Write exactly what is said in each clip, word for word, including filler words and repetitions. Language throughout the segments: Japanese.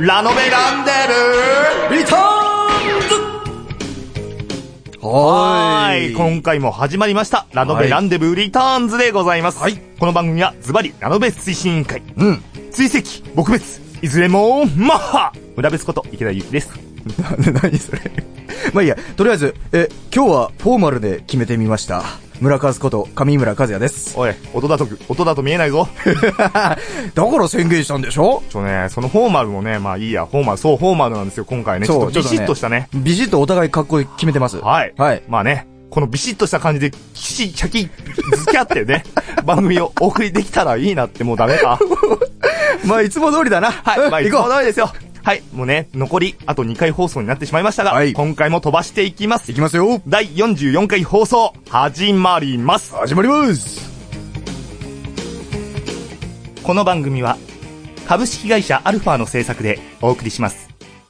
ラノベランデブリターンズ。はーい、今回も始まりましたラノベランデブリターンズでございます。はい、この番組はズバリラノベ推進委員会、うん、追跡撲滅いずれもマッハ村別こと池田ゆきです。 何それまあいいや、とりあえずえ今日はフォーマルで決めてみました。村和こと上村和也です。 おい、音だと音だと見えないぞ。 だから宣言したんでしょ。 ちょね、そのフォーマルもね、まあいいや、フォーマル、そうフォーマルなんですよ今回ね。ちょっとビシッとしたね。 ビシッとお互い格好で決めてます。 はい。はい。まあね、このビシッとした感じでキシシャキ付き合ってね番組をお送りできたらいいなって。もうダメか。 まあいつも通りだな。 はい。まあいつも通りですよ。はい。もうね、残りあとにかい放送になってしまいましたが、はい、今回も飛ばしていきます。 いきますよ。 だいよんじゅうよんかい放送始まります。 始まります。 この番組は株式会社アルファの制作でお送りします。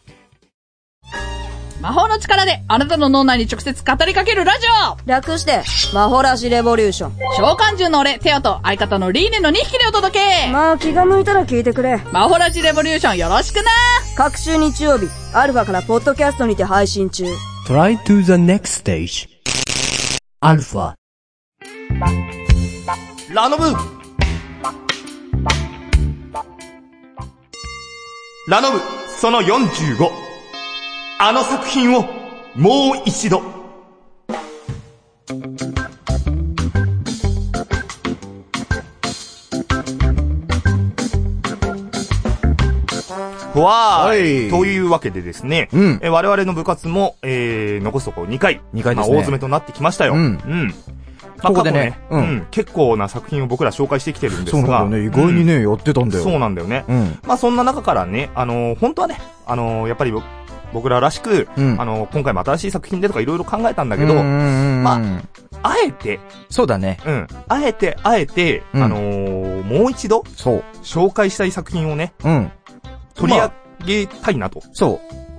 魔法の力であなたの脳内に直接語りかけるラジオ、 略して魔法ラジレボリューション。 召喚獣の俺テオと相方のリーネのにひきでお届け。 まあ気が向いたら聞いてくれ。 魔法ラジレボリューションよろしくな。 各週日曜日アルファからポッドキャストにて配信中。 Try to the next stage アルファ。 ラノブラノブそのよんじゅうご、あの作品をもう一度。わーい、というわけでですね、うん、え我々の部活も、えー、残すところにかい、 にかいですね。 まあ、大詰めとなってきましたよ。うん。うん。まあ、ここでね、うん、うん、結構な作品を僕ら紹介してきてるんですが。 そうなんだよね。意外にね、うん、やってたんだよ。 そうなんだよね。うん。まあ、そんな中からね、あのー、本当はね、あのー、やっぱり僕ららしく、うん、あのー、今回も新しい作品でとかいろいろ考えたんだけど、まあ、あえて、 そうだね。 うん。あえて、あえて、うん、あのー、もう一度、そう。紹介したい作品をね、うん。取り上げたいなと。 そう。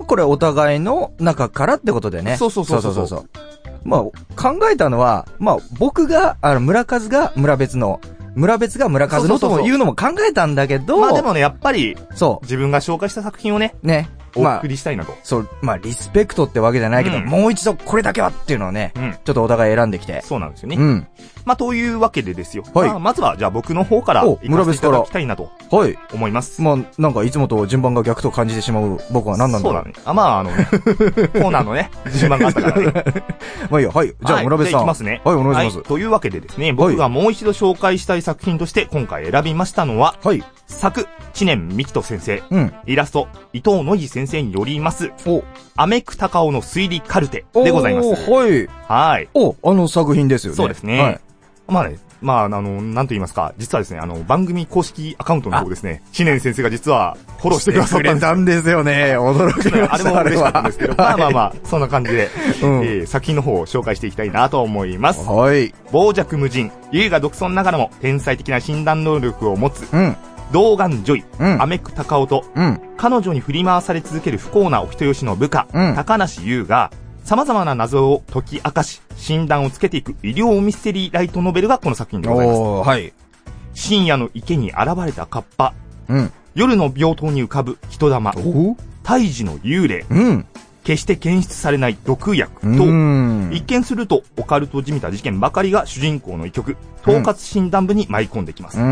これお互いの中からってことでね。 そうそうそうそう。そうそうそうまあ、考えたのは、まあ、僕が、あの、村和が村別の、村別が村和のというのも考えたんだけど、 まあでもね、やっぱり、そう。自分が紹介した作品をね、ね。お送りしたいなと、まあ。そう、まあ、リスペクトってわけじゃないけど、うん、もう一度これだけはっていうのをね、うん、ちょっとお互い選んできて。そうなんですよね。うん。まあ、というわけでですよ。はい。まあ、まずは、じゃあ僕の方から行かせていただきたいなと。はい。思います。 まあ、なんかいつもと順番が逆と感じてしまう僕は何なんだろう。 そうだね。あ、まあ、あのね、コーナーのね、順番があったからね。 まあいいや、はい。じゃあ村別さん。 はい、いきますね。 はい、お願いします、 はい。というわけでですね、僕がもう一度紹介したい作品として今回選びましたのは、はい。作、知念幹人先生、うん、イラスト、伊藤野木先生によります、お、アメクタカオの推理カルテでございます。 はい。 はい。 お、あの作品ですよね。 そうですね。はい。まあね、まあ、あの、なんと言いますか、実はですね、あの、番組公式アカウントの方ですね、知念先生が実はフォローしてくださったんです。 くれたんですよね。驚きました。 あれも嬉しかったんですけど、まあまあまあ、そんな感じで、うん、えー、作品の方を紹介していきたいなと思います。はい。傍若無人、優雅独尊ながらも天才的な診断能力を持つ、うん。童顔女医、うん、アメクタカオと、うん、彼女に振り回され続ける不幸なお人よしの部下、うん、高梨優が、様々な謎を解き明かし、診断をつけていく医療ミステリーライトノベルがこの作品でございます。はい。深夜の池に現れたカッパ、うん、夜の病棟に浮かぶ人玉、胎児の幽霊、うん、決して検出されない毒薬と、一見するとオカルトじみた事件ばかりが主人公の一曲、統括診断部に舞い込んできます。うん、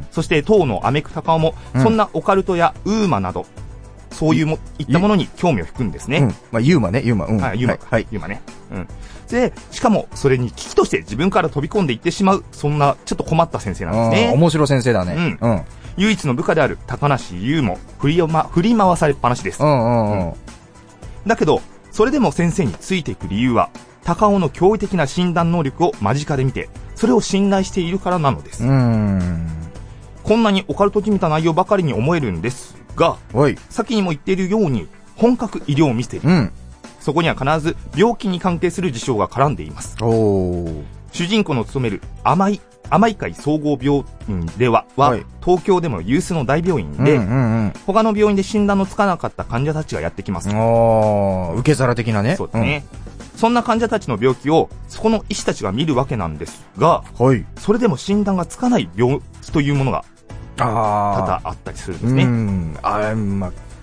そして当のアメクタカオも、そんなオカルトやウーマなど、そういうも、いったものに興味を引くんですね。うん、 まあ、ユーマね、ユーマ。うん。 はい、ユーマ。はい、ユーマね。うん。で、しかも、それに危機として自分から飛び込んでいってしまう、そんな、ちょっと困った先生なんですね。 面白先生だね。うん。うん。 唯一の部下である高梨優も、振り、ま、振り回されっぱなしです。うんうんうん。うん、だけど、それでも先生についていく理由は、高尾の驚異的な診断能力を間近で見て、それを信頼しているからなのです。うーん。こんなにオカルトじみた内容ばかりに思えるんですが、先にも言っているように本格医療ミステリー、うん、そこには必ず病気に関係する事象が絡んでいます。お主人公の勤める甘い甘い会総合病院では、はい、東京でも有数の大病院で、うんうんうん、他の病院で診断のつかなかった患者たちがやってきます。 あ受け皿的なね。 そうですね、うん、そんな患者たちの病気をそこの医師たちが見るわけなんですが、はい、それでも診断がつかない病気というものが多々あったりするんですね。 うんあまあ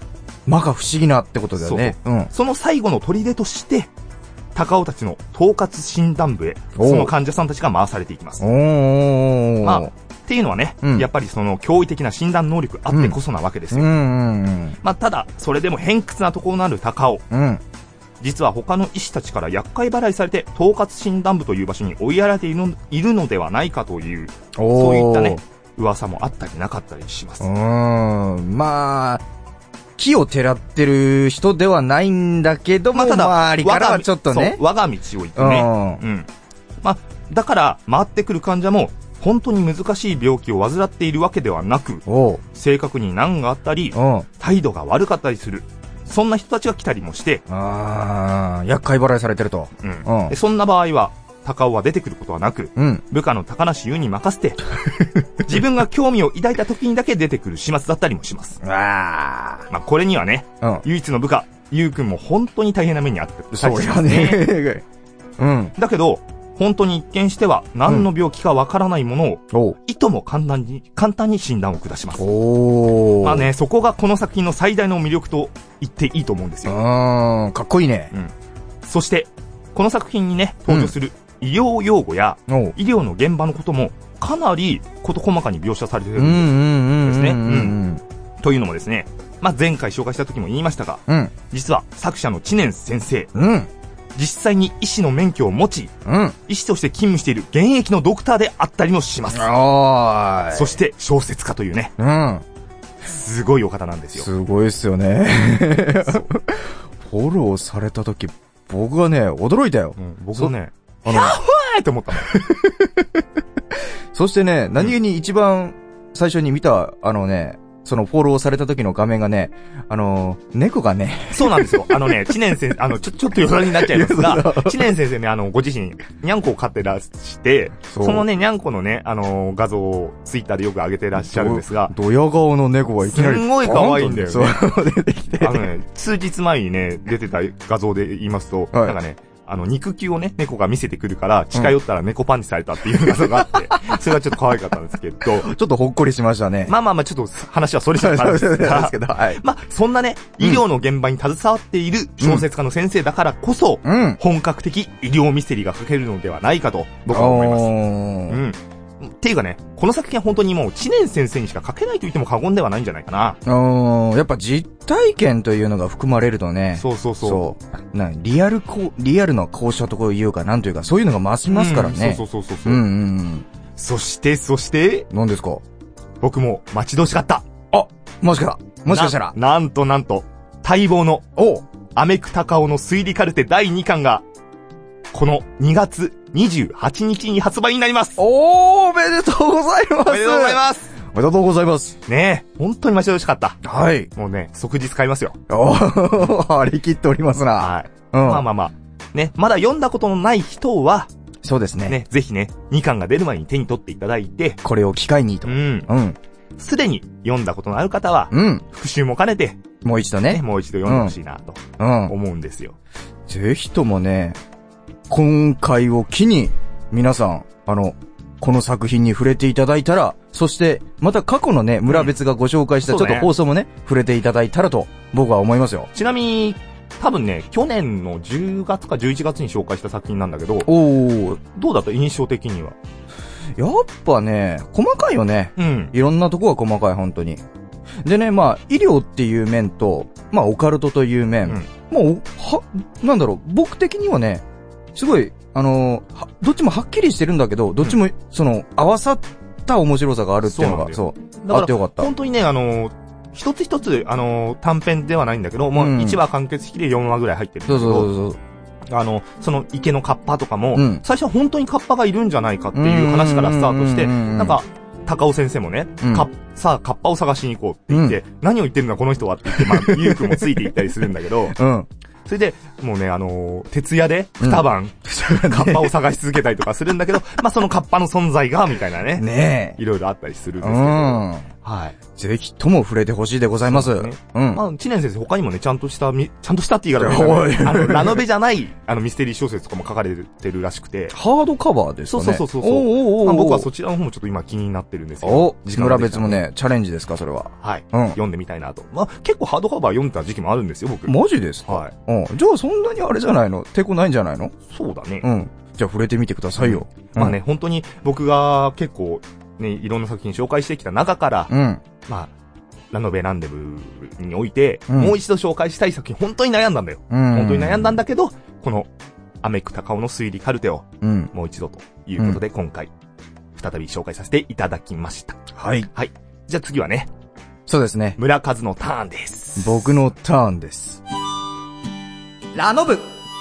まか不思議なってことだよね。 そうそう、うん。その最後の砦として、高尾たちの統括診断部へ、その患者さんたちが回されていきます。 おー。 まあ、っていうのはね、うん、やっぱりその驚異的な診断能力あってこそなわけですよ。うんうんうん、まあ、ただ、それでも偏屈なところのある高尾。うん、実は他の医師たちから厄介払いされて、統括診断部という場所に追いやられている の, いるのではないかという、そういったね、噂もあったりなかったりします。 うーん、まあ、木をてらってる人ではないんだけども、まあ、ただ、周りからはちょっとね。 我が道を行くね。うん。まあ、だから、回ってくる患者も、本当に難しい病気を患っているわけではなく、正確に難があったり、態度が悪かったりする。そんな人たちが来たりもして、 ああ、厄介払いされてると。 うん。うん、でそんな場合は、高尾は出てくることはなく、うん、部下の高梨優に任せて、自分が興味を抱いた時にだけ出てくる始末だったりもします。あまあ、これにはね、うん、唯一の部下、優くんも本当に大変な目にあってたりしますね。そうよね。うん。だけど、本当に一見しては何の病気かわからないものを、うん、いとも簡単に、簡単に診断を下します。おまあね、そこがこの作品の最大の魅力と言っていいと思うんですよ。 あー、かっこいいね。 うん。そして、この作品にね、登場する医療用語や、医療の現場のことも、かなり事細かに描写されているんですね。うん。というのもですね、まあ、前回紹介した時も言いましたが、うん、実は作者の知念先生、うん、実際に医師の免許を持ち、うん、医師として勤務している現役のドクターであったりもします。そして小説家というね、うん、すごいお方なんですよ。 すごいですよね。フォローされた時、僕はね、驚いたよ。 うん、僕はね、あの、やばーって思ったもん。 そしてね、何気に一番最初に見た、あのね、そのフォローされた時の画面がね、あのー、猫がね。 そうなんですよ。あのね、知念先生、あの、ちょ、ちょっと余談になっちゃいますが、知念先生ね、あの、ご自身、にゃんこを飼ってらして、そ, そのね、にゃんこのね、あのー、画像をツイッターでよく上げてらっしゃるんですが、 ドヤ顔の猫がいきなり。 すんごい可愛いんだよね。そう、出てきて。あのね、数日前にね、出てた画像で言いますと、はい、なんかね、あの、肉球をね、猫が見せてくるから、近寄ったら猫パンチされたっていう謎があって、うん、それがちょっと可愛かったんですけど、ちょっとほっこりしましたね。 まあまあまあ、ちょっと話はそれちゃったんですけど、はい、まあ、そんなね、医療の現場に携わっている小説家の先生だからこそ、うん、本格的医療ミステリーが書けるのではないかと、僕は思います。うん。っていうかね、この作品は本当にもう知念先生にしか書けないと言っても過言ではないんじゃないかな。 ああ、やっぱ実体験というのが含まれるとね。 そうそうそう。そう。な、リアルこ、リアルな交渉とこういうか、なんというか、そういうのが増しますからね。 うん、そうそうそうそう。うんうん。そして、そして。 何ですか？ 僕も待ち遠しかった。 あ、もしかしたもしかしたら。 な、なんとなんと、待望の、おアメクタカオの推理カルテだいにかんが、このにがつにじゅうはちにちに発売になります。 おー、おめでとうございます。 おめでとうございます。 おめでとうございます。 ねえ、本当に待ち遠しかった。 はい。 もうね、即日買いますよ。 おー、張り切っておりますな。はい。 うん。まあまあまあ。ね、まだ読んだことのない人は、 そうですね。 ね、ぜひね、にかんが出る前に手に取っていただいて、 これを機会にと。うん。うん。 すでに読んだことのある方は、うん。復習も兼ねて、 もう一度ね。ね、 もう一度読んでほしいなと、うん。思うんですよ。 ぜひともね、今回を機に、皆さん、あの、この作品に触れていただいたら、そして、また過去のね、村別がご紹介したちょっと放送もね、触れていただいたらと、僕は思いますよ。 ちなみに、多分ね、去年のじゅうがつかじゅういちがつに紹介した作品なんだけど、おどうだった印象的には。 やっぱね、細かいよね。うん。いろんなとこが細かい、本当に。でね、まあ、医療っていう面と、まあ、オカルトという面。うん、もう、は、なんだろう、僕的にはね、すごい、あのー、どっちもはっきりしてるんだけど、どっちも、その、合わさった面白さがあるっていうのが、そう。だから、あってよかった。 本当にね、あのー、一つ一つ、あのー、短編ではないんだけど、もういちわ完結式でよんわぐらい入ってるんだけど、そうそうそうそう。あの、その池のカッパとかも、うん、最初は本当にカッパがいるんじゃないかっていう話からスタートして、なんか、高尾先生もね、うん、かさあ、カッパを探しに行こうって言って、うん、何を言ってるんだこの人はって言って、まあ、ゆうくんもついていったりするんだけど、うん、それで、もうね、あのー、徹夜で二晩、うん、カッパを探し続けたりとかするんだけど、まあ、そのカッパの存在が、みたいなね。ねえ。いろいろあったりするんですけど。うん、 はい。ぜひとも触れてほしいでございます。うね、 うん。まあ、知念先生他にもね、ちゃんとした、ちゃんとしたって言い方がね、あの、ラノベじゃない、あの、ミステリー小説とかも書かれてるらしくて。 ハードカバーですかね。 そうそうそうそう。おーおーおーまあ、僕はそちらの方もちょっと今気になってるんですよ。 お村別もね、チャレンジですか、それは。 はい。うん。読んでみたいなと。まあ、結構ハードカバー読んだ時期もあるんですよ、僕。 マジですか？はい。うん。じゃあそんなにあれじゃないの？抵抗ないんじゃないの？ そうだね。 うん。じゃあ触れてみてくださいよ。 うん、まあね、本当に僕が結構ね、いろんな作品紹介してきた中から、うん、まあ、ラノベランデブーにおいて、うん、もう一度紹介したい作品、本当に悩んだんだよ。うん、本当に悩んだんだけど、この、アメクタカオの推理カルテを、うん、もう一度ということで、うん、今回、再び紹介させていただきました。 はい。 はい。じゃあ次はね。 そうですね。 村和のターンです。 僕のターンです。ラノブ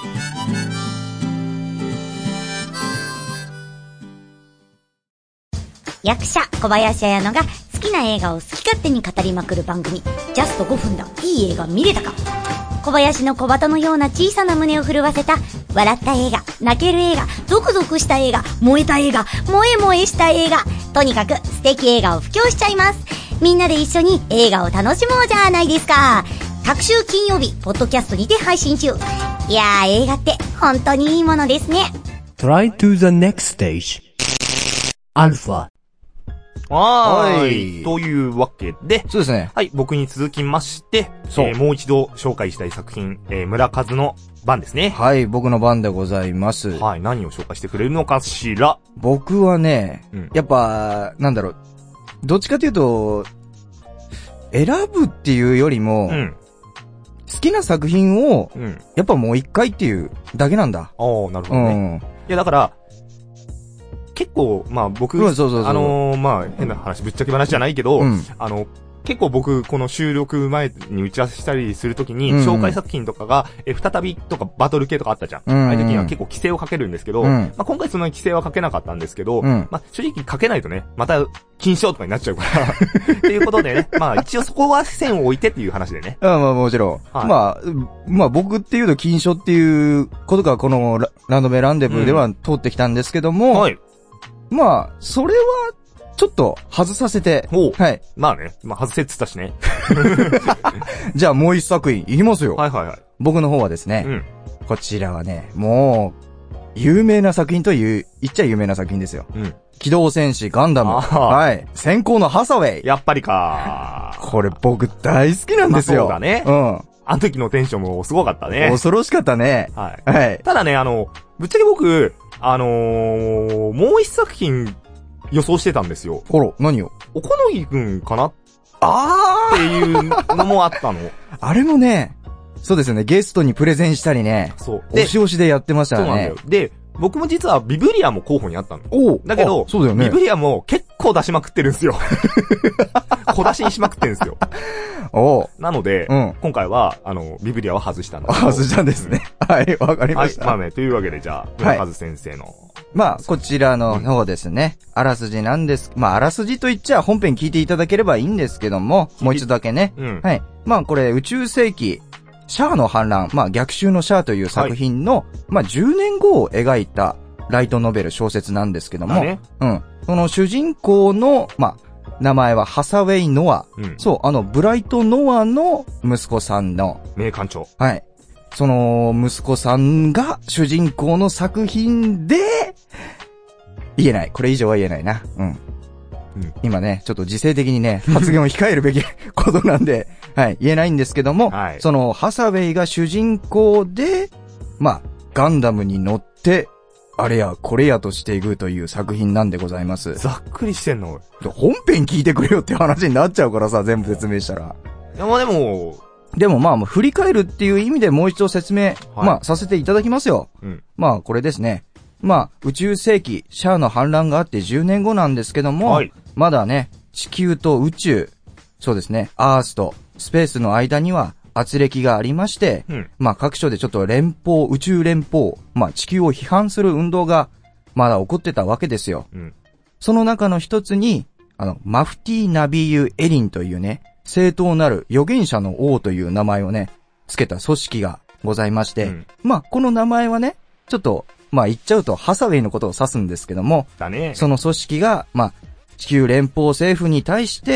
役者小林彩乃が好きな映画を好き勝手に語りまくる番組、ジャストごふんだいい映画見れたか。小林の小鳩のような小さな胸を震わせた笑った映画、泣ける映画、ゾクゾクした映画、燃えた映画、萌え萌えした映画、とにかく素敵映画を布教しちゃいます。みんなで一緒に映画を楽しもうじゃないですか。各週金曜日ポッドキャストにて配信中。いやー、映画って本当にいいものですね。 Try to the next stage アルファ。 はい。というわけで。 そうですね。 はい。僕に続きまして、そう。えー、もう一度紹介したい作品、えー、村和の番ですね。 はい。僕の番でございます。 はい。何を紹介してくれるのかしら。 僕はね、うん、やっぱ、なんだろう。どっちかというと、選ぶっていうよりも、うん、好きな作品を、うん、やっぱもう一回っていうだけなんだ。 ああ、なるほどね。うん、いや、だから、結構、まあ僕、うん、そうそうそうあのー、まあ変な話、ぶっちゃけ話じゃないけど、うん、あの、結構僕、この収録前に打ち合わせしたりするときに、うんうん、紹介作品とかが、え、再びとかバトル系とかあったじゃん。うんうん、ああいう時には結構規制をかけるんですけど、うん、まあ今回そんなに規制はかけなかったんですけど、うん、まあ正直かけないとね、また禁止とかになっちゃうから、っていうことでね、まあ一応そこは線を置いてっていう話でね。 あまあもちろん。はい、まあ、まあ僕っていうと禁止っていうことがこのラ、ラノベランデブーでは通ってきたんですけども、うん、はい。まあ、それは、ちょっと、外させて。 ほう。はい。まあね。まあ、外せって言ったしね。 じゃあ、もう一作品、いきますよ。 はいはいはい。 僕の方はですね。うん。こちらはね、もう、有名な作品という、言っちゃ有名な作品ですよ。うん。機動戦士ガンダム。はい。先行のハサウェイ。 やっぱりか。 これ僕大好きなんですよ。 まあ、そうだね。うん。あの時のテンションもすごかったね。 恐ろしかったね。 はい。はい。ただね、あの、ぶっちゃけ僕、あのー、もう一作品予想してたんですよ。 ほら、何を？ おこのぎくんかなあーっていうのもあったの。 あれもね、そうですよね、ゲストにプレゼンしたりね。そう。押し押しでやってましたよね。そうなんだよ。 で、僕も実はビブリアも候補にあったの。おだけど、 そうだよね。 ビブリアも結構出しまくってるんですよ。小出しにしまくってるんですよ。おなので、うん、今回は、あの、ビブリアは外したんだ。 外したんですね。はい、わかりました。 はい、まあね、というわけで、じゃあ、村和先生の。はい、 まあ、こちらの方ですね。うん、あらすじなんです。まあ、あらすじと言っちゃ本編聞いていただければいいんですけども、もう一度だけね。うん、はい。まあ、これ、宇宙世紀、シャアの反乱、まあ、逆襲のシャアという作品の、はい、まあ、じゅうねんごを描いた、ライトノベル小説なんですけども、ね、うん。その主人公の、まあ、名前はハサウェイ・ノア、うん。そう、あの、ブライト・ノアの息子さんの。 名艦長。 はい。その、息子さんが主人公の作品で、言えない。これ以上は言えないな。うん。うん、今ね、ちょっと時勢的にね、発言を控えるべきことなんで、はい、言えないんですけども、はい、その、ハサウェイが主人公で、まあ、ガンダムに乗って、あれやこれやとしていくという作品なんでございます。 ざっくりしてんの。 本編聞いてくれよって話になっちゃうからさ、全部説明したら。 いや、まあでも、 でもまあ、振り返るっていう意味でもう一度説明、はい、まあ、させていただきますよ。うん、まあ、これですね。まあ、宇宙世紀、シャアの反乱があってじゅうねんごなんですけども、はい、まだね、地球と宇宙、そうですね、アースとスペースの間には、圧力がありまして、うん、まあ各所でちょっと連邦、宇宙連邦、まあ地球を批判する運動がまだ起こってたわけですよ。うん、その中の一つに、あの、マフティー・ナビユ・エリンというね、正当なる預言者の王という名前をね、付けた組織がございまして、うん、まあこの名前はね、ちょっと、まあ言っちゃうとハサウェイのことを指すんですけども、 だね、 その組織が、まあ地球連邦政府に対して、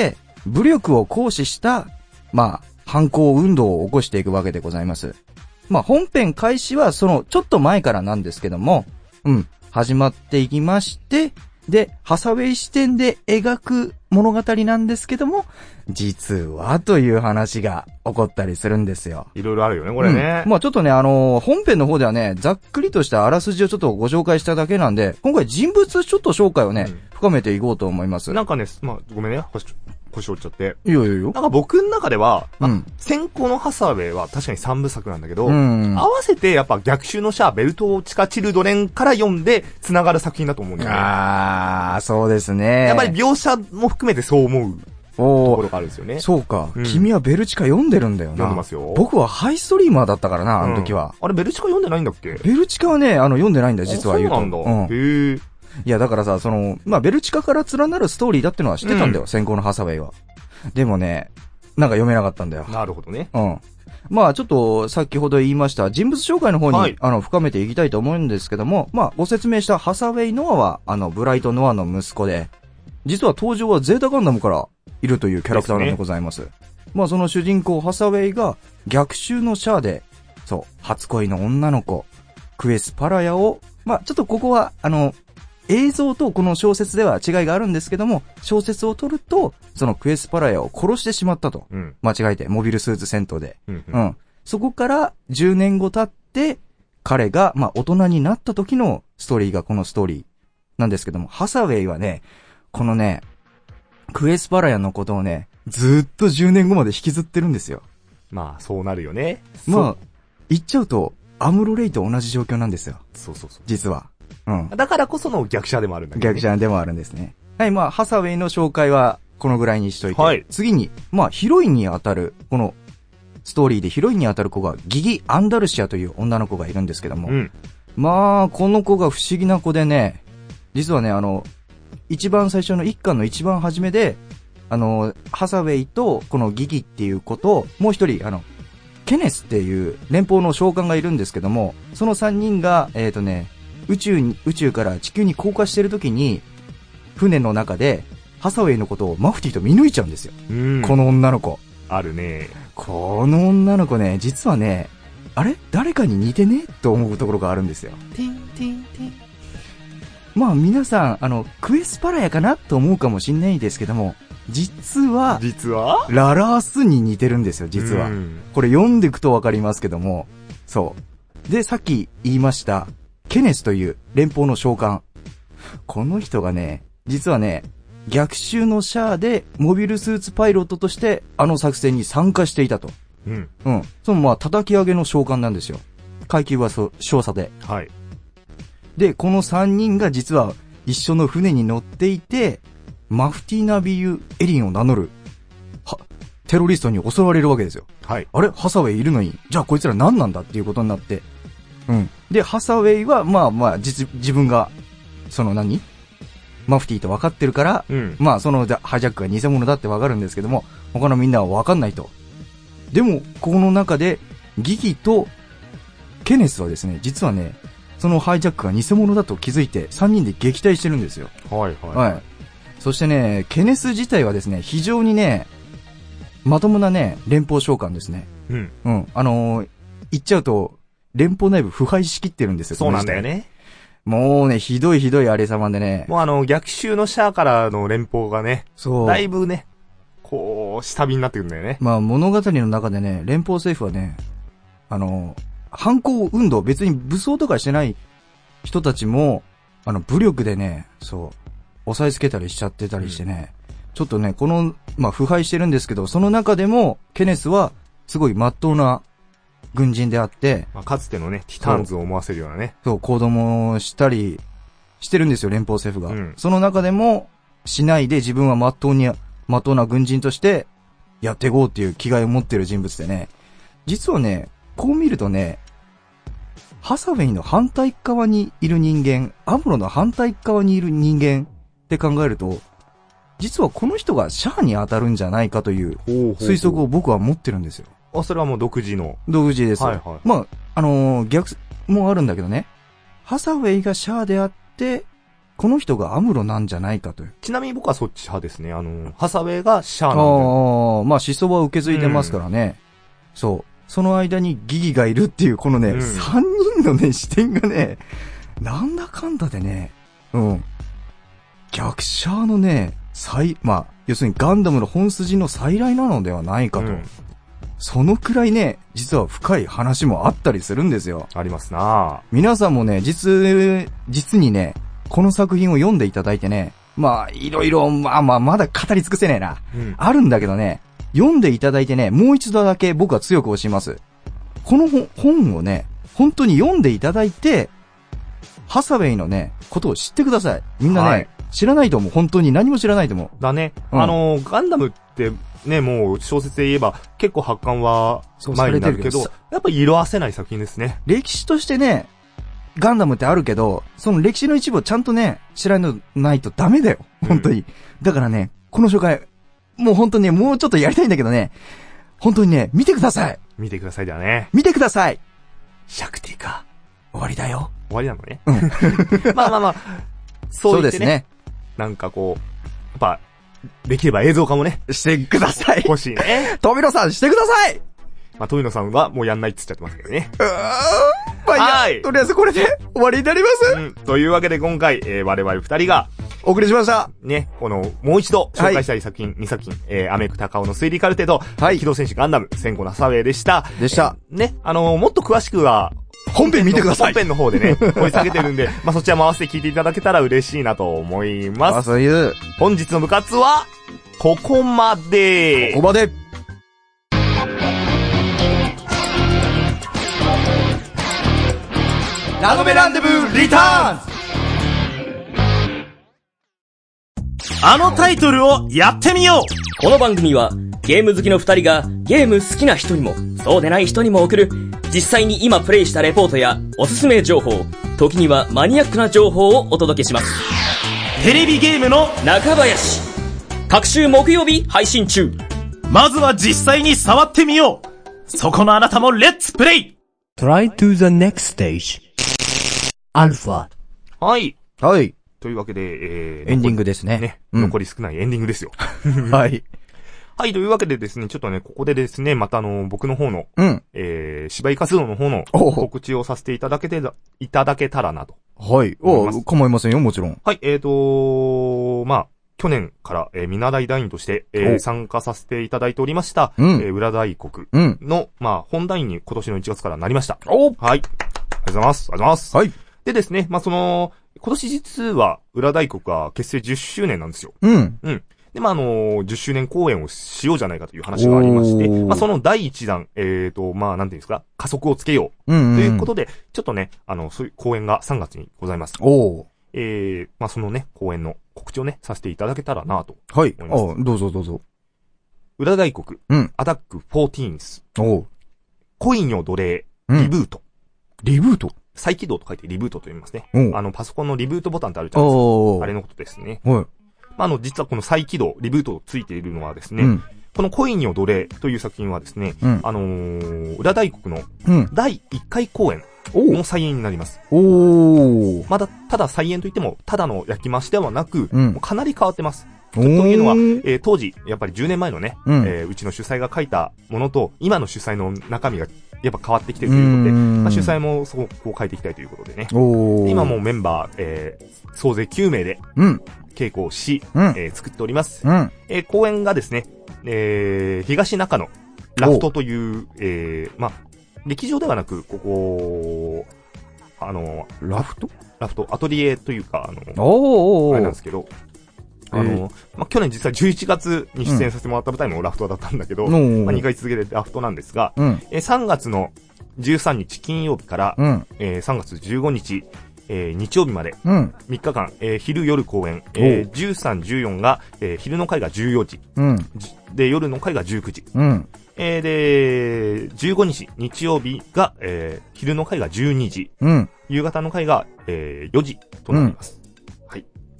武力を行使した、まあ、反抗運動を起こしていくわけでございます。まあ、本編開始はその、ちょっと前からなんですけども、うん、始まっていきまして、で、ハサウェイ視点で描く物語なんですけども、実はという話が起こったりするんですよ。 いろいろあるよね、これね。 うん、まあちょっとね、あのー、本編の方ではね、ざっくりとしたあらすじをちょっとご紹介しただけなんで、今回人物ちょっと紹介をね、うん、深めていこうと思います。 なんかね、まあごめんね、腰折っちゃって。 いやいやいや。 なんか僕の中では、うん、先行のハサウェイは確かに三部作なんだけど、うん、合わせてやっぱ逆襲のシャア、ベルトチカチルドレンから読んで繋がる作品だと思うんだよね。 あー、そうですね。 やっぱり描写も含めてそう思う。ところがあるんですよね。 そうか、うん。君はベルチカ読んでるんだよな。 読んでますよ。 僕はハイストリーマーだったからな、あの時は。 うん、あれ、ベルチカ読んでないんだっけ？ ベルチカはね、あの、読んでないんだよ、実は言うと。 そうなんだ。うん、へー。 いや、だからさ、その、まあ、ベルチカから連なるストーリーだってのは知ってたんだよ、うん、先行のハサウェイは。でもね、なんか読めなかったんだよ。 なるほどね。 うん。まあ、ちょっと、先ほど言いました、人物紹介の方に、はい、あの、深めていきたいと思うんですけども、まあ、ご説明したハサウェイ・ノアは、あの、ブライト・ノアの息子で、実は登場はゼータガンダムからいるというキャラクターなんでございます。ですね。まあその主人公ハサウェイが逆襲のシャアで、そう、初恋の女の子、クエスパラヤを、まあちょっとここは、あの、映像とこの小説では違いがあるんですけども、小説を取ると、そのクエスパラヤを殺してしまったと。うん、間違えて、モビルスーツ戦闘で。うんうんうん、そこからじゅうねんご経って、彼が、まあ大人になった時のストーリーがこのストーリーなんですけども、ハサウェイはね、このね、クエスパラヤのことをね、ずーっとじゅうねんごまで引きずってるんですよ。 まあ、そうなるよね。 まあ、言っちゃうと、アムロレイと同じ状況なんですよ。 そうそうそう。 実は。うん。 だからこその逆者でもあるんだけど、ね。 逆者でもあるんですね。はい、まあ、ハサウェイの紹介はこのぐらいにしといて。はい。次に、まあ、ヒロインに当たる、この、ストーリーでヒロインに当たる子が、ギギ・アンダルシアという女の子がいるんですけども。うん。まあ、この子が不思議な子でね、実はね、あの、一番最初の一巻の一番初めで、あの、ハサウェイと、このギギっていう子と、もう一人、あの、ケネスっていう連邦の将官がいるんですけども、その三人が、えっとね、宇宙に、宇宙から地球に降下してる時に、船の中で、ハサウェイのことをマフティーと見抜いちゃうんですよ。うん。この女の子。 あるね。 この女の子ね、実はね、あれ誰かに似てねと思うところがあるんですよ。ティンティンティン。まあ皆さん、あの、クエスパラヤかなと思うかもしんないですけども、実は、 実はララースに似てるんですよ、実は。これ読んでいくとわかりますけども、そう。で、さっき言いました、ケネスという連邦の将官。この人がね、実はね、逆襲のシャアでモビルスーツパイロットとしてあの作戦に参加していたと。うん。うん。そのまあ叩き上げの将官なんですよ。階級はそう、少佐で。はい。で、この三人が実は一緒の船に乗っていて、マフティーナビユ・エリンを名乗る、は、テロリストに襲われるわけですよ。はい。あれハサウェイいるのに、じゃあこいつら何なんだっていうことになって。うん。で、ハサウェイは、まあまあ、実、自分が、その何マフティーと分かってるから、うん、まあそのハイジャックが偽物だって分かるんですけども、他のみんなは分かんないと。でも、この中で、ギギとケネスはですね、実はね、そのハイジャックが偽物だと気づいてさんにんで撃退してるんですよ。はいはい、はい。そしてね、ケネス自体はですね、非常にね、まともなね、連邦将官ですね。うん。うん。あのー、言っちゃうと、連邦内部腐敗しきってるんですよ。 そうなんだよね。 もうね、ひどいひどいあれさまでね。 もうあの、逆襲のシャアからの連邦がね、そう。だいぶね、こう、下火になってくるんだよね。 まあ物語の中でね、連邦政府はね、あのー、反抗運動、別に武装とかしてない人たちも、あの、武力でね、そう、押さえつけたりしちゃってたりしてね、うん、ちょっとね、この、まあ、腐敗してるんですけど、その中でも、ケネスは、すごい真っ当な軍人であって、 まあ、かつてのね、ティターンズを思わせるようなね。 そう、行動もしたりしてるんですよ、連邦政府が。うん、その中でも、しないで自分は真っ当に、真っ当な軍人として、やっていこうっていう気概を持ってる人物でね、実はね、こう見るとね、ハサウェイの反対側にいる人間、アムロの反対側にいる人間って考えると、実はこの人がシャアに当たるんじゃないかという推測を僕は持ってるんですよ。 あ、それはもう独自の。 独自です。はいはい。まあ、あのー、逆もあるんだけどね。ハサウェイがシャアであって、 この人がアムロなんじゃないかという。 ちなみに僕はそっち派ですね。あの、ハサウェイがシャアなんで。ああ、 まあ思想は受け継いでますからね。うん、そう。その間にギギがいるっていう、このね、三、うん、人のね、視点がね、なんだかんだでね、うん。逆シャアのね、再、まあ、要するにガンダムの本筋の再来なのではないかと。うん、そのくらいね、実は深い話もあったりするんですよ。 ありますな。 皆さんもね、実、実にね、この作品を読んでいただいてね、まあ、いろいろ、まあまあ、まだ語り尽くせねえな。うん、あるんだけどね、読んでいただいてね、もう一度だけ僕は強く推します。この本をね、本当に読んでいただいて、ハサウェイのね、ことを知ってください。みんなね、はい、知らないと思う。本当に何も知らないと思う。 だね。うん、あの、ガンダムってね、もう小説で言えば結構発刊は前になるけど、やっぱり色褪せない作品ですね。 歴史としてね、ガンダムってあるけど、その歴史の一部をちゃんとね、知らないとダメだよ。本当に。うん、だからね、この紹介、もう本当にね、もうちょっとやりたいんだけどね、本当にね、見てください。 見てくださいだね。 見てください。 シャクティか。 終わりだよ。 終わりなのね。うん、まあまあまあ、そうですね。ねなんかこう、やっぱ、できれば映像化もね。 してください。 欲しいね。 富野さんしてください。 まあ、富野さんはもうやんないって言っちゃってますけどね。 うーん。まあ、はい。とりあえずこれで終わりになります。 うん。というわけで今回、えー、我々二人が、 お送りしました。 ね、この、もう一度紹介したい作品、はい、にさく品、えー、アメクタカオの推理カルテと、はい。機動戦士ガンダム、戦後のハサウェイでした。 でした。 えー、ね、あのー、もっと詳しくは、 本編見てください。 本編の方でね、掘り下げてるんで、まあ、そちらも合わせて聞いていただけたら嬉しいなと思います。あ、 そういう。 本日の部活は、ここまで。 ここまで。ラノベランデブーリターンズ。 あのタイトルをやってみよう。 この番組はゲーム好きの二人がゲーム好きな人にもそうでない人にも送る実際に今プレイしたレポートやおすすめ情報、時にはマニアックな情報をお届けします。 テレビゲームの中林、各週木曜日配信中。 まずは実際に触ってみよう。そこのあなたもレッツプレイ。 Try to the next stage アルファ。 はい。 はい。 というわけで、えー、エンディングですね。 ね、うん、残り少ないエンディングですよ。 はい。 はい、というわけでですね、ちょっとね、ここでですね、またあの、僕の方の、うん、えー、芝居活動の方の告知をさせていただけて、いただけたらなと。 はい。お構いませんよ、もちろん。 はい、えーと、まあ、去年から、えー、見習い団員として、えー、参加させていただいておりました、うん、えー、裏大国の、うん、まあ、本団員に今年のいちがつからなりました。 おはい。ありがとうございます。ありがとうございます。 はい。 でですね、まあ、その、今年実は、裏大国が結成じゅっしゅうねんなんですよ。 うん。 うん。で、まあ、あのー、じゅっしゅうねん公演をしようじゃないかという話がありまして、まあ、その第一弾、えーと、まあ、なんていうんですか、加速をつけよう。うんうん、ということで、ちょっとね、あの、そういう公演がさんがつにございます。 おー。 えー、まあ、そのね、公演の告知をね、させていただけたらなと。 はい。あ、どうぞどうぞ。 裏大国、うん。アタックフォーティーンス。 おう。 恋の奴隷、リブート。 うん、リブート再起動と書いてリブートと言いますね。 あの、パソコンのリブートボタンってあるじゃないですか。あれのことですね。 はい。 まあ、あの、実はこの再起動、リブートついているのはですね、うん、この恋に奴隷という作品はですね、うん、あのー、裏大国のだいいっかい公演の再演になります。 おー。 まだ、ただ再演といっても、ただの焼き増しではなく、うん、もうかなり変わってます。というのは、えー、当時、やっぱりじゅうねんまえのね、うん、えー、うちの主催が書いたものと、今の主催の中身がやっぱ変わってきてるということで、まあ、主催もそこを変えていきたいということでね。今もうメンバー、えー、総勢きゅうめいで、稽古をし、うん、えー、作っております。うん、えー、公演がですね、えー、東中野、ラフトという、えー、まあ、劇場ではなく、ここ、あの、 ラフトラフト、アトリエというか、あの、 おーおーおーあれなんですけど、あの、えー、まあ、去年実際じゅういちがつに出演させてもらった舞台もラフトだったんだけど、うん、まあ、にかい続けてラフトなんですが、うん、えー、さんがつのじゅうさんにち金曜日から、うん、えー、さんがつじゅうごにち、えー、日曜日まで、うん、みっかかん、えー、昼夜公演、えー、じゅうさん、じゅうよんが、えー、昼の回がじゅうよじ、うん、で、夜の回がじゅうくじ、うん、えー、で、じゅうごにち日曜日が、えー、昼の回がじゅうにじ、うん、夕方の回が、えー、よじとなります。うん、はい。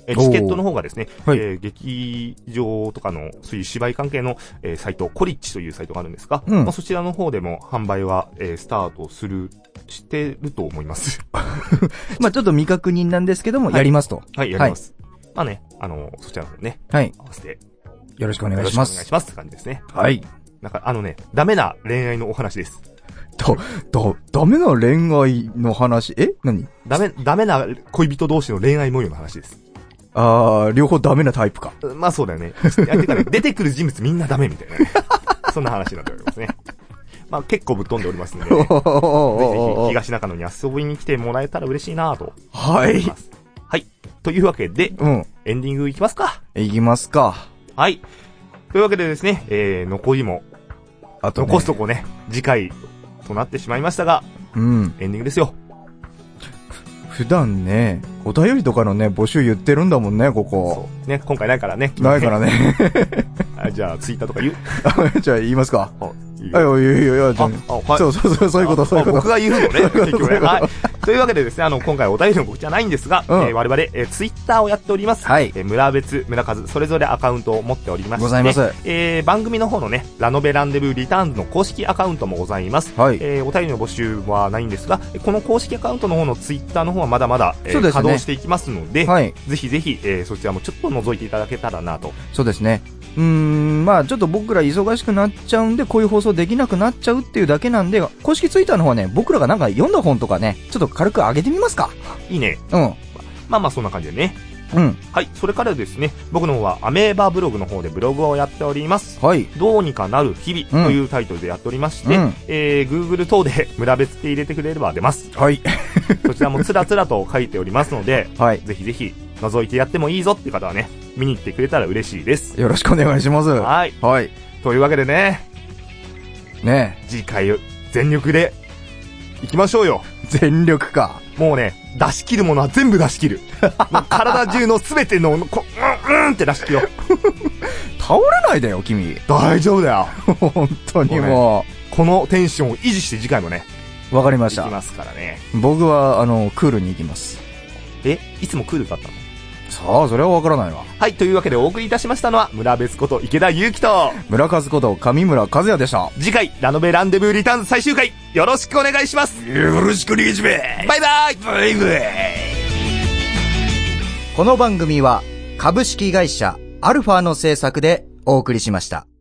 えチケットの方がですね、はい、えー、劇場とかのそういう芝居関係の、えー、サイト、コリッチというサイトがあるんですが、うん、まあ、そちらの方でも販売は、えー、スタートする、してると思います。 まあちょっと未確認なんですけども、はい、やりますと。 はい、やります。はい、まあね、あのー、そちらのね、 はい。 合わせて。 よろしくお願いします。 よろしくお願いしますって感じですね。 はい。 なんか、あのね、ダメな恋愛のお話です。 だ、だ、ダメな恋愛の話、え何ダメ、ダメな恋人同士の恋愛模様の話です。 あー、両方ダメなタイプか。 まあそうだよね。いや、てかね、出てくる人物みんなダメみたいなね。そんな話になっておりますね。まあ結構ぶっ飛んでおりますので、ね、ぜひ東中野に遊びに来てもらえたら嬉しいなぁと。 はい。 はい。というわけで、うん、エンディングいきますか。 いきますか。 はい。というわけでですね、えー、残りも、あと、ね、残すとこね、次回となってしまいましたが、 うん。 エンディングですよ。 普段ね、お便りとかのね、募集言ってるんだもんね、ここ。 そう。ね、今回ないからね。 ないからね。 あ、じゃあ、ツイッターとか言うじゃあ、言いますか。 あ、 いいよ。いやいやいや、じゃあ、はい、そうそうそう、そういうこと、そういうこと。 僕が言うのね、結局ね。はい。というわけでですね、あの、今回お便りの告知はないんですが、うん、えー、我々、えー、ツイッターをやっております。 はい。 えー、村別、村数、それぞれアカウントを持っておりまして、 ございます。 えー、番組の方のね、ラノベランデブーリターンズの公式アカウントもございます。 はい。 えー、お便りの募集はないんですが、この公式アカウントの方のツイッターの方はまだまだ、えー、そうですね、稼働していきますので、はい。ぜひぜひ、えー、そちらもちょっと覗いていただけたらなと。 そうですね。うーん、まあちょっと僕ら忙しくなっちゃうんで、こういう放送できなくなっちゃうっていうだけなんで、公式ツイッターの方はね、僕らがなんか読んだ本とかね、ちょっと軽く上げてみますか。 いいね。 うん。 まあまあそんな感じでね。 うん。 はい。それからですね、僕の方はアメーバブログの方でブログをやっております。 はい。 どうにかなる日々というタイトルでやっておりまして、うん、えー、Google 等で村別って入れてくれれば出ます。 はい。 そちらもつらつらと書いておりますので、 はい。 ぜひぜひ覗いてやってもいいぞっていう方はね、見に行ってくれたら嬉しいです。 よろしくお願いします。 はい。 はい。 というわけでね、 ね次回全力で行きましょうよ。 全力か。 もうね、出し切るものは全部出し切る。もう体中のすべての、こ、うん、うんって出し切ろう。 倒れないでよ、君。 大丈夫だよ。 本当にもう、もうね、このテンションを維持して次回もね。 わかりました。 行きますからね。 僕は、あの、クールに行きます。 え、いつもクールだったの？ さあ、それはわからないわ。 はい、というわけでお送りいたしましたのは、村別こと池田祐希と、 村和こと上村和也でした。 次回、ラノベランデブーリターンズ最終回、よろしくお願いします。 よろしくお願いします。 バイバイバイバイ。この番組は、株式会社アルファの制作でお送りしました。